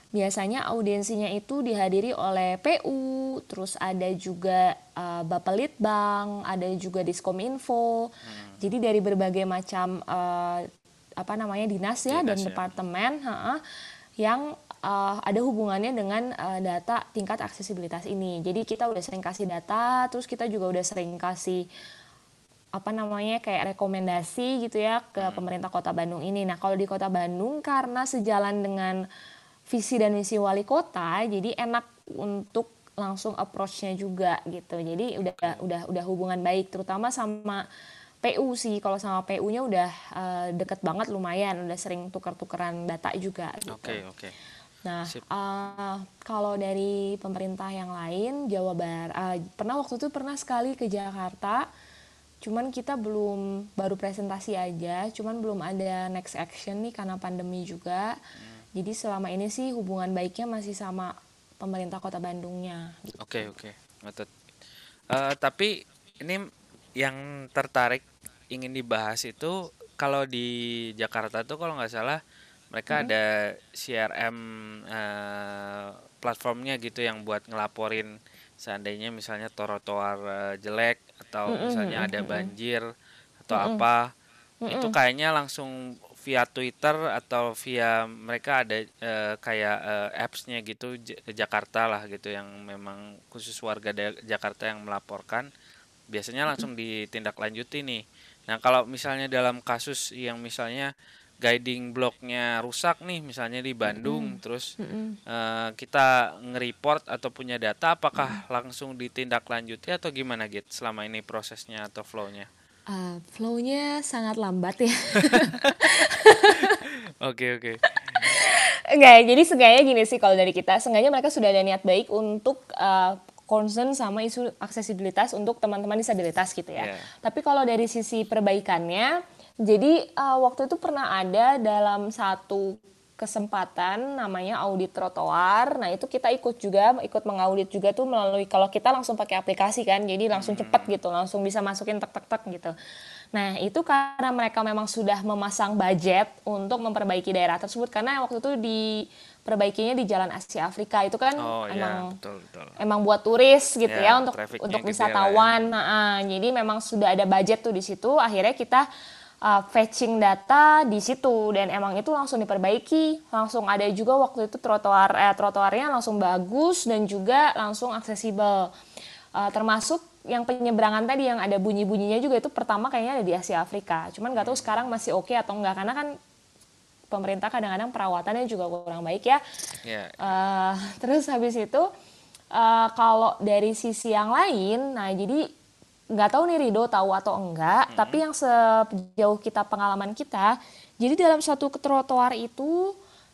Biasanya audiensinya itu dihadiri oleh P U, terus ada juga uh, Bapelitbang, ada juga Diskominfo. Hmm. Jadi dari berbagai macam uh, apa namanya dinas ya dinas dan ya. departemen ha-ha, yang uh, ada hubungannya dengan uh, data tingkat aksesibilitas ini. Jadi kita udah sering kasih data, terus kita juga udah sering kasih apa namanya kayak rekomendasi gitu ya ke hmm. pemerintah Kota Bandung ini. Nah kalau di Kota Bandung karena sejalan dengan visi dan misi wali kota, jadi enak untuk langsung approach-nya juga gitu. Jadi udah okay. udah udah hubungan baik, terutama sama P U sih. Kalau sama P U-nya udah uh, deket banget lumayan, udah sering tuker-tukeran data juga. Oke gitu. Oke. Okay, okay. Nah uh, kalau dari pemerintah yang lain, Jawa Barat, uh, pernah waktu itu pernah sekali ke Jakarta. Cuman kita belum baru presentasi aja, cuman belum ada next action nih karena pandemi juga. Hmm. Jadi selama ini sih hubungan baiknya masih sama pemerintah Kota Bandungnya. Oke oke, ngotot. Uh, tapi ini yang tertarik ingin dibahas itu kalau di Jakarta tuh kalau nggak salah mereka hmm. ada C R M uh, platformnya gitu yang buat ngelaporin seandainya misalnya trotoar uh, jelek atau hmm, misalnya hmm, ada banjir hmm. atau hmm. apa hmm. itu kayaknya langsung via Twitter atau via mereka ada uh, kayak uh, apps-nya gitu J- Jakarta lah gitu yang memang khusus warga da- Jakarta yang melaporkan biasanya langsung ditindaklanjuti nih. Nah kalau misalnya dalam kasus yang misalnya guiding block-nya rusak nih misalnya di Bandung mm-hmm. terus mm-hmm. uh, kita nge-report atau punya data apakah mm-hmm. langsung ditindaklanjuti atau gimana gitu selama ini prosesnya atau flow-nya? Uh, flow-nya sangat lambat ya. Oke oke. Enggak, jadi seenggaknya gini sih kalau dari kita, seenggaknya mereka sudah ada niat baik untuk uh, concern sama isu aksesibilitas untuk teman-teman disabilitas gitu ya. Yeah. Tapi kalau dari sisi perbaikannya, jadi uh, waktu itu pernah ada dalam satu kesempatan namanya audit trotoar. Nah itu kita ikut juga, ikut mengaudit juga tuh melalui kalau kita langsung pakai aplikasi kan, jadi langsung hmm. cepat gitu, langsung bisa masukin tek-tek-tek gitu. Nah itu karena mereka memang sudah memasang budget untuk memperbaiki daerah tersebut karena waktu itu diperbaikinya di Jalan Asia Afrika itu kan oh, emang ya, betul, betul. emang buat turis gitu ya, ya untuk untuk wisatawan. Ya. Nah, jadi memang sudah ada budget tuh di situ. Akhirnya kita Uh, fetching data di situ dan emang itu langsung diperbaiki, langsung ada juga waktu itu trotoar eh, trotoarnya langsung bagus dan juga langsung aksesibel, uh, termasuk yang penyeberangan tadi yang ada bunyi-bunyinya juga itu pertama kayaknya ada di Asia Afrika, cuman nggak tahu sekarang masih oke okay atau enggak karena kan pemerintah kadang-kadang perawatannya juga kurang baik ya. Yeah. Uh, terus habis itu uh, kalau dari sisi yang lain, nah jadi nggak tahu nih Rido tahu atau enggak, hmm. tapi yang sejauh kita pengalaman kita, jadi dalam satu trotoar itu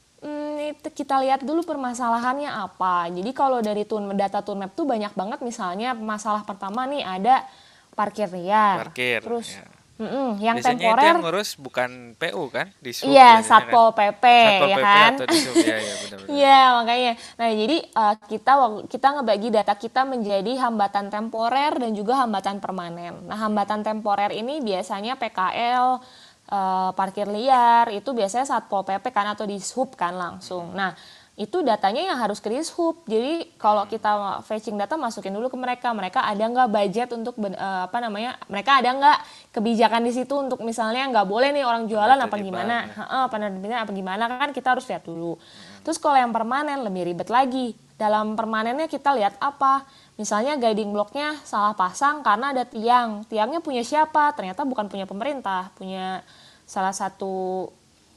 hmm, kita lihat dulu permasalahannya apa. Jadi kalau dari tun, data Tunmap tuh banyak banget, misalnya masalah pertama nih ada parkir liar, parkir, terus ya. Mm-mm, yang biasanya temporer itu yang ngurus bukan P U kan di S U B iya Satpol kan? P P Satpol ya P P kan atau di S U B ya, ya benar-benar. Iya makanya nah jadi uh, kita kita ngebagi data kita menjadi hambatan temporer dan juga hambatan permanen. Nah hambatan temporer ini biasanya P K L uh, parkir liar itu biasanya Satpol P P kan atau di S H U B kan langsung. Nah itu datanya yang harus ke Dishub. Jadi kalau kita fetching data masukin dulu ke mereka, mereka ada nggak budget untuk uh, apa namanya, mereka ada nggak kebijakan di situ untuk misalnya nggak boleh nih orang jualan apa gimana, apa penerbitnya apa gimana kan kita harus lihat dulu. Terus kalau yang permanen lebih ribet lagi. Dalam permanennya kita lihat apa, misalnya guiding blocknya salah pasang karena ada tiang, tiangnya punya siapa? Ternyata bukan punya pemerintah, punya salah satu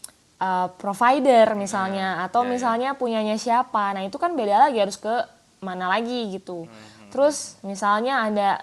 Uh, provider misalnya hmm, atau ya, misalnya ya. punyanya siapa. Nah itu kan beda lagi, harus ke mana lagi gitu. Hmm, Terus misalnya ada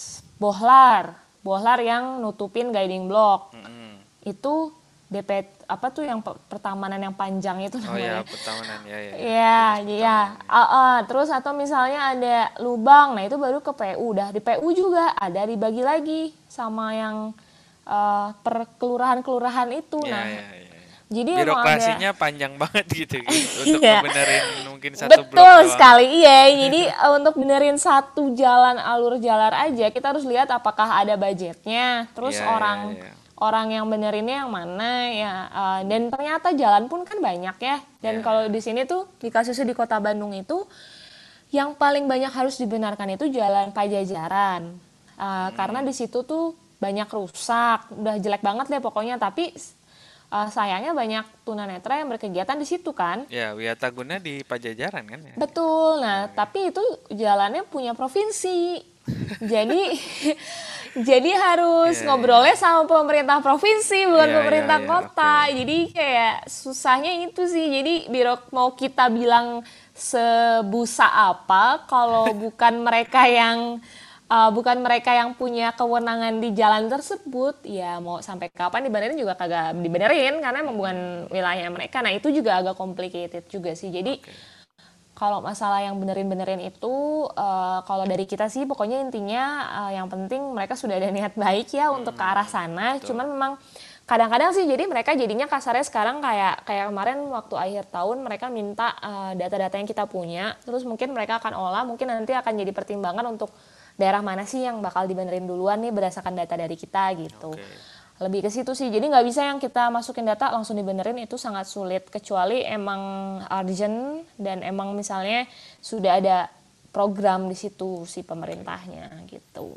bohlar, bohlar yang nutupin guiding block. Hmm. Itu D P apa tuh yang pertamanan yang panjang itu namanya. Oh ya, pertamanan ya ya. Iya, iya. Uh, uh, terus atau misalnya ada lubang. Nah itu baru ke P U. Dah di P U juga ada dibagi lagi sama yang uh, per kelurahan-kelurahan itu. Ya, nah ya, ya. Jadi birokrasinya ada, panjang banget gitu, gitu untuk iya, benerin mungkin satu blok betul doang. sekali iya. Jadi untuk benerin satu jalan alur jalan aja kita harus lihat apakah ada budgetnya, terus yeah, orang yeah, yeah. orang yang benerinnya yang mana ya, uh, dan ternyata jalan pun kan banyak ya. Dan Ya, kalau di sini tuh di kasusnya di Kota Bandung itu yang paling banyak harus dibenarkan itu Jalan Pajajaran. Uh, karena di situ tuh banyak rusak, udah jelek banget deh pokoknya, tapi uh, sayangnya banyak tunanetra yang berkegiatan di situ kan. ya Wiataguna di Pajajaran kan ya. Betul. Nah, tapi itu jalannya punya provinsi. Jadi jadi harus Iya, ngobrolnya sama pemerintah provinsi bukan Iya, pemerintah iya, iya, kota. oke. Jadi kayak susahnya itu sih. Jadi biro mau kita bilang sebusa apa kalau bukan mereka yang uh, bukan mereka yang punya kewenangan di jalan tersebut, ya mau sampai kapan dibenerin juga kagak dibenerin karena emang bukan wilayahnya mereka. Nah, itu juga agak complicated juga sih. Jadi Oke. kalau masalah yang benerin-benerin itu, uh, kalau dari kita sih pokoknya intinya uh, yang penting mereka sudah ada niat baik ya Hmm, untuk ke arah sana. betul. Cuman memang kadang-kadang sih jadi mereka jadinya kasarnya sekarang kayak kayak kemarin waktu akhir tahun mereka minta uh, data-data yang kita punya, terus mungkin mereka akan olah, mungkin nanti akan jadi pertimbangan untuk daerah mana sih yang bakal dibenerin duluan nih berdasarkan data dari kita gitu. Oke. Lebih ke situ sih, jadi nggak bisa yang kita masukin data langsung dibenerin, itu sangat sulit kecuali emang urgent dan emang misalnya sudah ada program di situ si pemerintahnya gitu.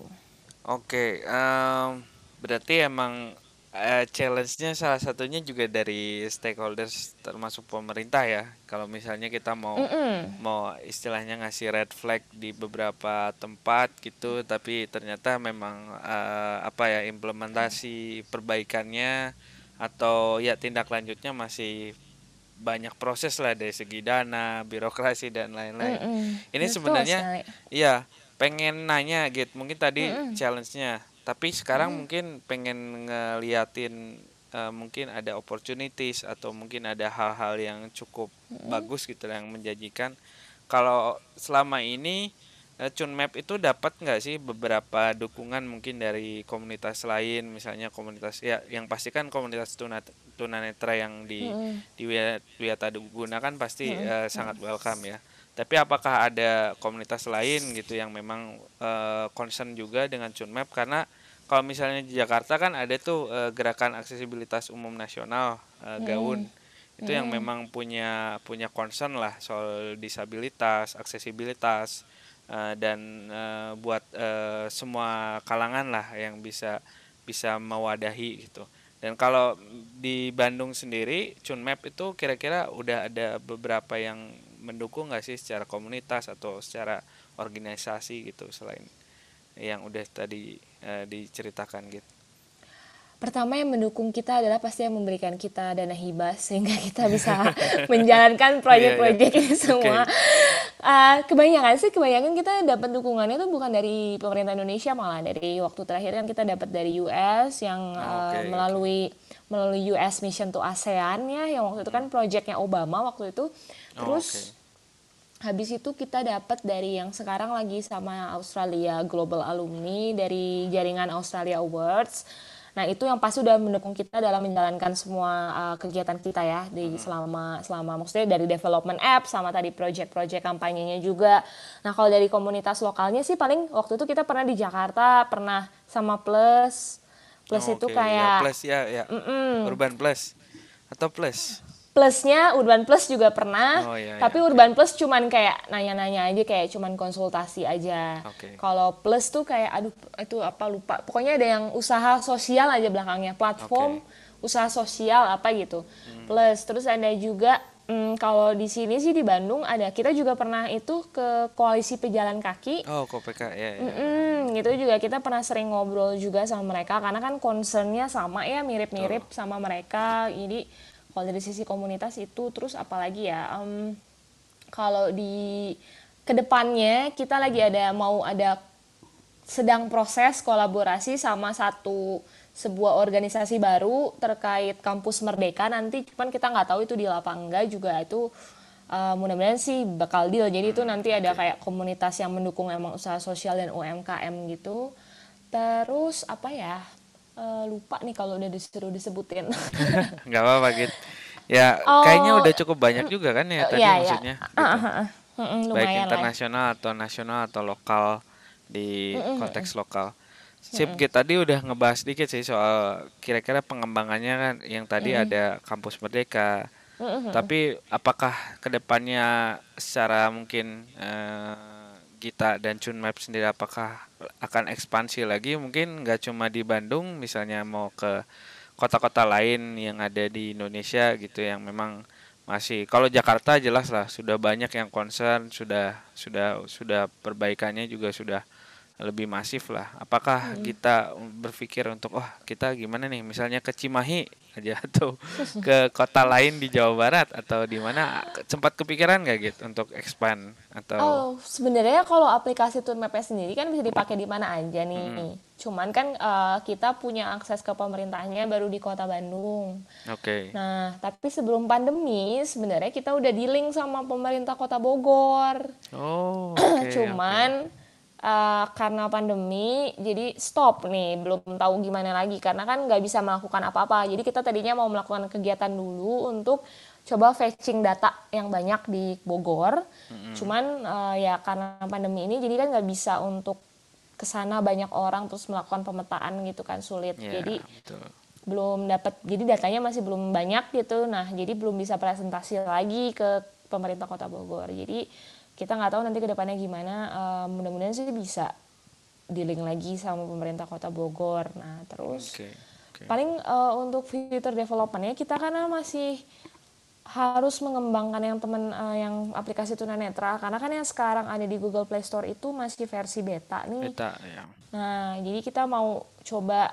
Oke, em, berarti emang eh, challenge-nya salah satunya juga dari stakeholders termasuk pemerintah ya. Kalau misalnya kita mau Mm-mm. mau istilahnya ngasih red flag di beberapa tempat gitu, tapi ternyata memang eh, apa ya implementasi perbaikannya atau ya tindak lanjutnya masih banyak proses lah dari segi dana, birokrasi dan lain-lain. Mm-mm. Ini Betul sebenarnya sekali. iya pengen nanya gitu, mungkin tadi Mm-mm. challenge-nya, tapi sekarang mungkin pengen ngeliatin eh, mungkin ada opportunities atau mungkin ada hal-hal yang cukup bagus gitu yang menjanjikan. Kalau selama ini eh, Cunmap itu dapat nggak sih beberapa dukungan mungkin dari komunitas lain, misalnya komunitas ya yang pasti kan komunitas tuna tunanetra yang di Mm-mm. di Wi- Wiataguna kan pasti Mm-mm. eh, sangat welcome ya. Tapi apakah ada komunitas lain gitu yang memang eh, concern juga dengan Cunmap, karena kalau misalnya di Jakarta kan ada tuh eh, gerakan aksesibilitas umum nasional eh, Gaun. Mm-mm. Itu yang Mm-mm. memang punya punya concern lah soal disabilitas, aksesibilitas eh, dan eh, buat eh, semua kalangan lah yang bisa bisa mewadahi gitu. Dan kalau di Bandung sendiri, Cunmap itu kira-kira udah ada beberapa yang mendukung nggak sih secara komunitas atau secara organisasi gitu selain yang udah tadi eh, diceritakan gitu. Pertama yang mendukung kita adalah pasti yang memberikan kita dana hibah sehingga kita bisa menjalankan Iya ya. proyek-proyek ini Oke. semua. Uh, kebanyakan sih, kebanyakan kita dapat dukungannya itu bukan dari pemerintah Indonesia, malah dari waktu terakhir kan kita dapat dari U S yang Oh, uh, Oke, oke. melalui melalui U S Mission to ASEAN ya, yang waktu itu kan proyeknya Obama waktu itu. Oh, Terus oke. habis itu kita dapat dari yang sekarang lagi sama Australia Global Alumni dari jaringan Australia Awards. Nah, itu yang pasti udah mendukung kita dalam menjalankan semua uh, kegiatan kita ya di selama selama maksudnya dari development app sama tadi project-project kampanyenya juga. Nah, kalau dari komunitas lokalnya sih paling waktu itu kita pernah di Jakarta, pernah sama Plus. Plus Oh, itu oke ya kayak plus ya ya. mm-mm, Urban Plus atau Plus. plusnya Urban Plus juga pernah, Oh ya tapi ya oke. Urban Plus cuman kayak nanya-nanya aja, kayak cuman konsultasi aja. Oke. Kalau Plus tuh kayak aduh itu apa lupa. Pokoknya ada yang usaha sosial aja belakangnya, platform Oke. usaha sosial apa gitu. Plus terus ada juga hmm, kalau di sini sih di Bandung ada, kita juga pernah itu ke koalisi pejalan kaki. Oh, Kopeka ya ya. Mm-mm, gitu juga kita pernah sering ngobrol juga sama mereka karena kan concernnya sama ya, mirip-mirip Betul. sama mereka. Jadi kalau dari sisi komunitas itu, terus apalagi ya, em, kalau di kedepannya kita lagi ada mau ada sedang proses kolaborasi sama satu sebuah organisasi baru terkait kampus Merdeka nanti, cuman kita nggak tahu itu deal apa enggak juga itu. Uh, mudah-mudahan sih bakal deal. Jadi itu nanti ada Oke. kayak komunitas yang mendukung emang usaha sosial dan U M K M gitu. Terus apa ya? Uh, lupa nih kalau udah disuruh disebutin. Nggak apa-apa gitu. Ya, kayaknya Oh, udah cukup banyak juga kan ya uh, tadi ya ya. maksudnya Ah, gitu. ah, ah. Mm-mm, Baik lumayan lah. internasional atau nasional atau lokal di konteks lokal. Sip, Git, tadi udah ngebahas dikit sih soal kira-kira pengembangannya kan yang tadi ada kampus Merdeka. Tapi apakah kedepannya secara mungkin eh, Gita dan Chunmap sendiri apakah akan ekspansi lagi? Mungkin nggak cuma di Bandung, misalnya mau ke kota-kota lain yang ada di Indonesia gitu yang memang masih. Kalau Jakarta jelas lah sudah banyak yang concern, sudah sudah sudah perbaikannya juga sudah lebih masif lah. Apakah kita berpikir untuk, wah kita gimana nih, misalnya ke Cimahi aja atau ke kota lain di Jawa Barat atau di mana, sempat kepikiran nggak gitu untuk expand atau? Oh, sebenarnya kalau aplikasi Tourmap sendiri kan bisa dipakai di mana aja Mm-mm. nih. Cuman kan eh, kita punya akses ke pemerintahnya baru di Kota Bandung. Oke. Nah, tapi sebelum pandemi sebenarnya kita udah di-link sama pemerintah Kota Bogor. Oh, oke, oke. Cuman eh, karena pandemi jadi stop nih, belum tahu gimana lagi karena kan nggak bisa melakukan apa-apa. Jadi kita tadinya mau melakukan kegiatan dulu untuk coba fetching data yang banyak di Bogor. Cuman eh, ya karena pandemi ini jadi kan nggak bisa untuk kesana banyak orang terus melakukan pemetaan gitu kan, sulit. Ya, Jadi betul. belum dapat, jadi datanya masih belum banyak gitu. Nah, jadi belum bisa presentasi lagi ke pemerintah Kota Bogor. Jadi kita nggak tahu nanti ke depannya gimana. Uh, mudah-mudahan sih bisa di-link lagi sama pemerintah Kota Bogor. Nah, terus Oke, oke. paling uh, untuk future development-nya kita karena masih harus mengembangkan yang teman uh, yang aplikasi tunanetra, karena kan yang sekarang ada di Google Play Store itu masih versi beta nih. Beta ya. Nah, jadi kita mau coba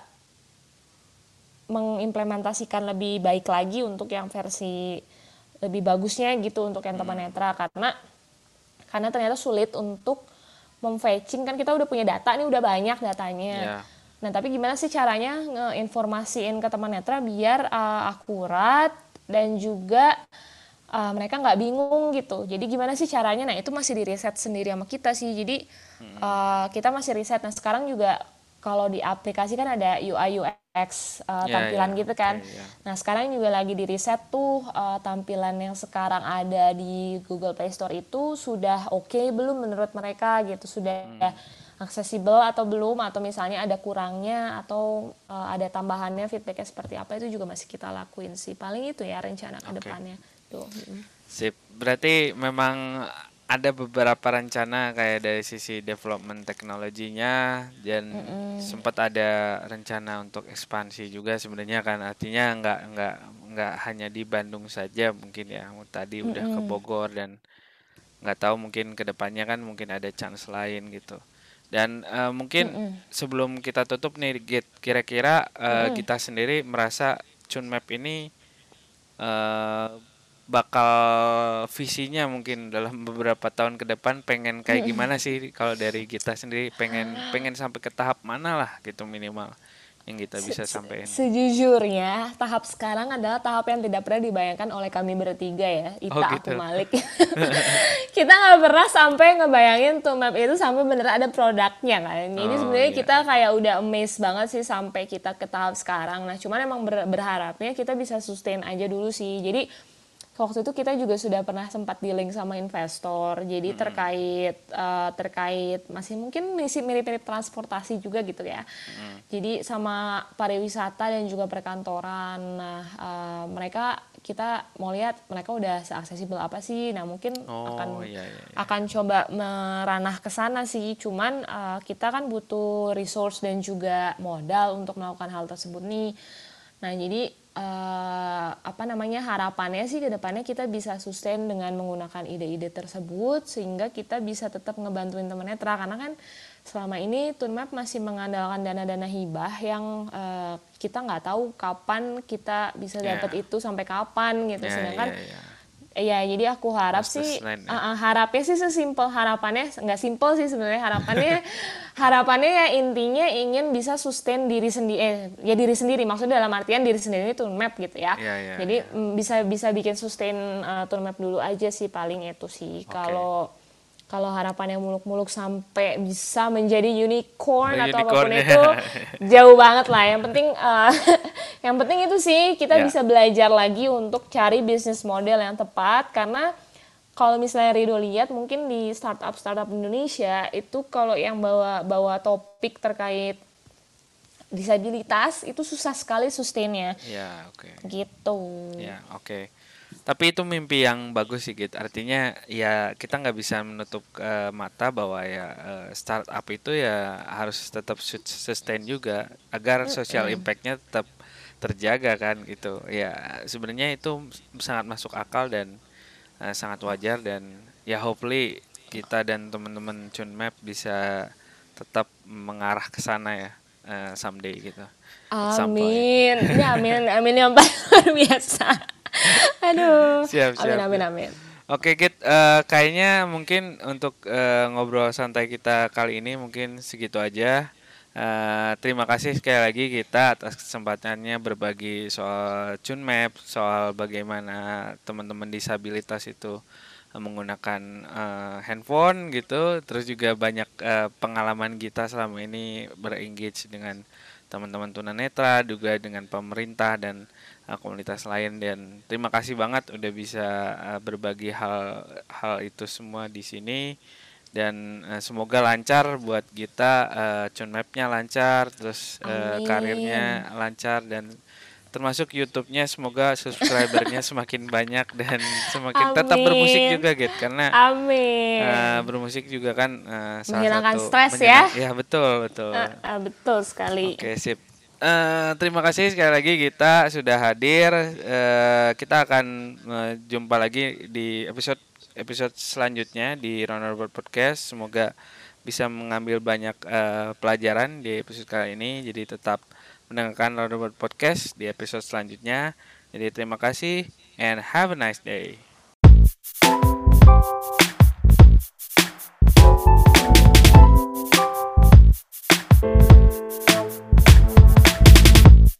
mengimplementasikan lebih baik lagi untuk yang versi lebih bagusnya gitu untuk yang tunanetra, karena karena ternyata sulit untuk memfetching, kan kita udah punya data nih, udah banyak datanya. Ya. Nah, tapi gimana sih caranya ngeinformasiin ke tunanetra biar uh, akurat dan juga uh, mereka nggak bingung gitu. Jadi gimana sih caranya? Nah, itu masih di riset sendiri sama kita sih. Jadi uh, kita masih riset. Nah, sekarang juga kalau di aplikasi kan ada U I U X uh, Ya, tampilan ya. gitu kan. Oke, ya. Nah, sekarang juga lagi di riset tuh uh, tampilan yang sekarang ada di Google Play Store itu sudah oke okay belum menurut mereka gitu. Sudah aksesibel atau belum, atau misalnya ada kurangnya atau uh, ada tambahannya, feedbacknya seperti apa, itu juga masih kita lakuin sih. Paling itu ya rencana ke Oke. depannya tuh. Sip. Berarti memang ada beberapa rencana kayak dari sisi development teknologinya dan sempat ada rencana untuk ekspansi juga sebenarnya kan, artinya nggak nggak nggak hanya di Bandung saja mungkin ya, tadi udah ke Bogor dan nggak tahu mungkin kedepannya kan mungkin ada chance lain gitu. Dan eh, mungkin sebelum kita tutup nih Git, kira-kira eh, kita sendiri merasa Chunmap ini eh, bakal visinya mungkin dalam beberapa tahun ke depan pengen kayak gimana sih, kalau dari kita sendiri pengen pengen sampai ke tahap mana lah gitu minimal yang kita bisa sampein. Sejujurnya tahap sekarang adalah tahap yang tidak pernah dibayangkan oleh kami bertiga ya, Ita, Oh aku, gitu. Malik. Kita nggak pernah sampai ngebayangin Tourmap itu sampai bener ada produknya kan. Jadi Oh, sebenarnya iya. kita kayak udah amazed banget sih sampai kita ke tahap sekarang. Nah, cuman emang ber- berharapnya kita bisa sustain aja dulu sih. Jadi waktu itu kita juga sudah pernah sempat di-link sama investor. Jadi terkait uh, terkait masih mungkin masih mirip-mirip transportasi juga gitu ya. Jadi sama pariwisata dan juga perkantoran. Nah, uh, mereka kita mau lihat mereka udah seaksesibel apa sih. Nah, mungkin Oh, akan iya, iya, iya. akan coba meranah ke sana sih. Cuman uh, kita kan butuh resource dan juga modal untuk melakukan hal tersebut nih. Nah, jadi uh, apa namanya harapannya sih ke depannya kita bisa sustain dengan menggunakan ide-ide tersebut sehingga kita bisa tetap ngebantuin tunanetra, karena kan selama ini Tourmap masih mengandalkan dana-dana hibah yang uh, kita nggak tahu kapan kita bisa dapat Ya. itu sampai kapan gitu. Ya, Sedangkan ya, ya. ya jadi aku harap Master sih plan, ya. uh, uh, harapnya sih sesimpel harapannya, nggak simpel sih sebenarnya harapannya. Harapannya ya intinya ingin bisa sustain diri sendiri, eh, ya diri sendiri maksudnya dalam artian diri sendiri itu Tourmap gitu ya. Ya, ya, Jadi ya. mm, bisa bisa bikin sustain uh, Tourmap dulu aja sih paling itu sih. Kalau kalau harapannya muluk-muluk sampai bisa menjadi unicorn Oh, atau apapun unicorn, ya. itu jauh banget lah. Yang penting uh, yang penting itu sih kita Ya. bisa belajar lagi untuk cari bisnis model yang tepat, karena kalau misalnya Rido lihat mungkin di startup startup Indonesia itu kalau yang bawa bawa topik terkait disabilitas itu susah sekali sustainnya. Ya, oke. Okay. Gitu. Ya, oke. Okay. Tapi itu mimpi yang bagus sih, gitu. Artinya ya kita nggak bisa menutup uh, mata bahwa ya uh, startup itu ya harus tetap sustain juga agar social impact-nya tetap terjaga kan gitu. Ya sebenarnya itu sangat masuk akal dan uh, sangat wajar, dan ya hopefully kita dan teman-teman Chunmap bisa tetap mengarah ke sana ya uh, someday gitu. Amin. Ya amin, amin yang luar biasa. Aduh. Siap, siap. Amin, amin, amin. Oke, Git, uh, kayaknya mungkin untuk uh, ngobrol santai kita kali ini mungkin segitu aja. Uh, terima kasih sekali lagi kita atas kesempatannya berbagi soal Chunmap, soal bagaimana teman-teman disabilitas itu uh, menggunakan uh, handphone gitu. Terus juga banyak uh, pengalaman kita selama ini berengage dengan teman-teman tunanetra, juga dengan pemerintah dan uh, komunitas lain. Dan terima kasih banget udah bisa uh, berbagi hal hal itu semua di sini. Dan uh, semoga lancar buat kita, uh, Chunmap-nya lancar, terus uh, karirnya lancar, dan termasuk YouTube-nya semoga subscribernya semakin banyak dan semakin Amin. Tetap bermusik juga gitu, karena Amin. Uh, bermusik juga kan uh, salah menghilangkan satu stres ya. Ya betul betul. Uh, uh, betul sekali. Oke, sip. Uh, terima kasih sekali lagi kita sudah hadir. Uh, kita akan uh, jumpa lagi di episode episode selanjutnya di Roundabout Podcast. Semoga bisa mengambil banyak uh, pelajaran di episode kali ini. Jadi tetap mendengarkan Roundabout Podcast di episode selanjutnya. Jadi terima kasih and have a nice day.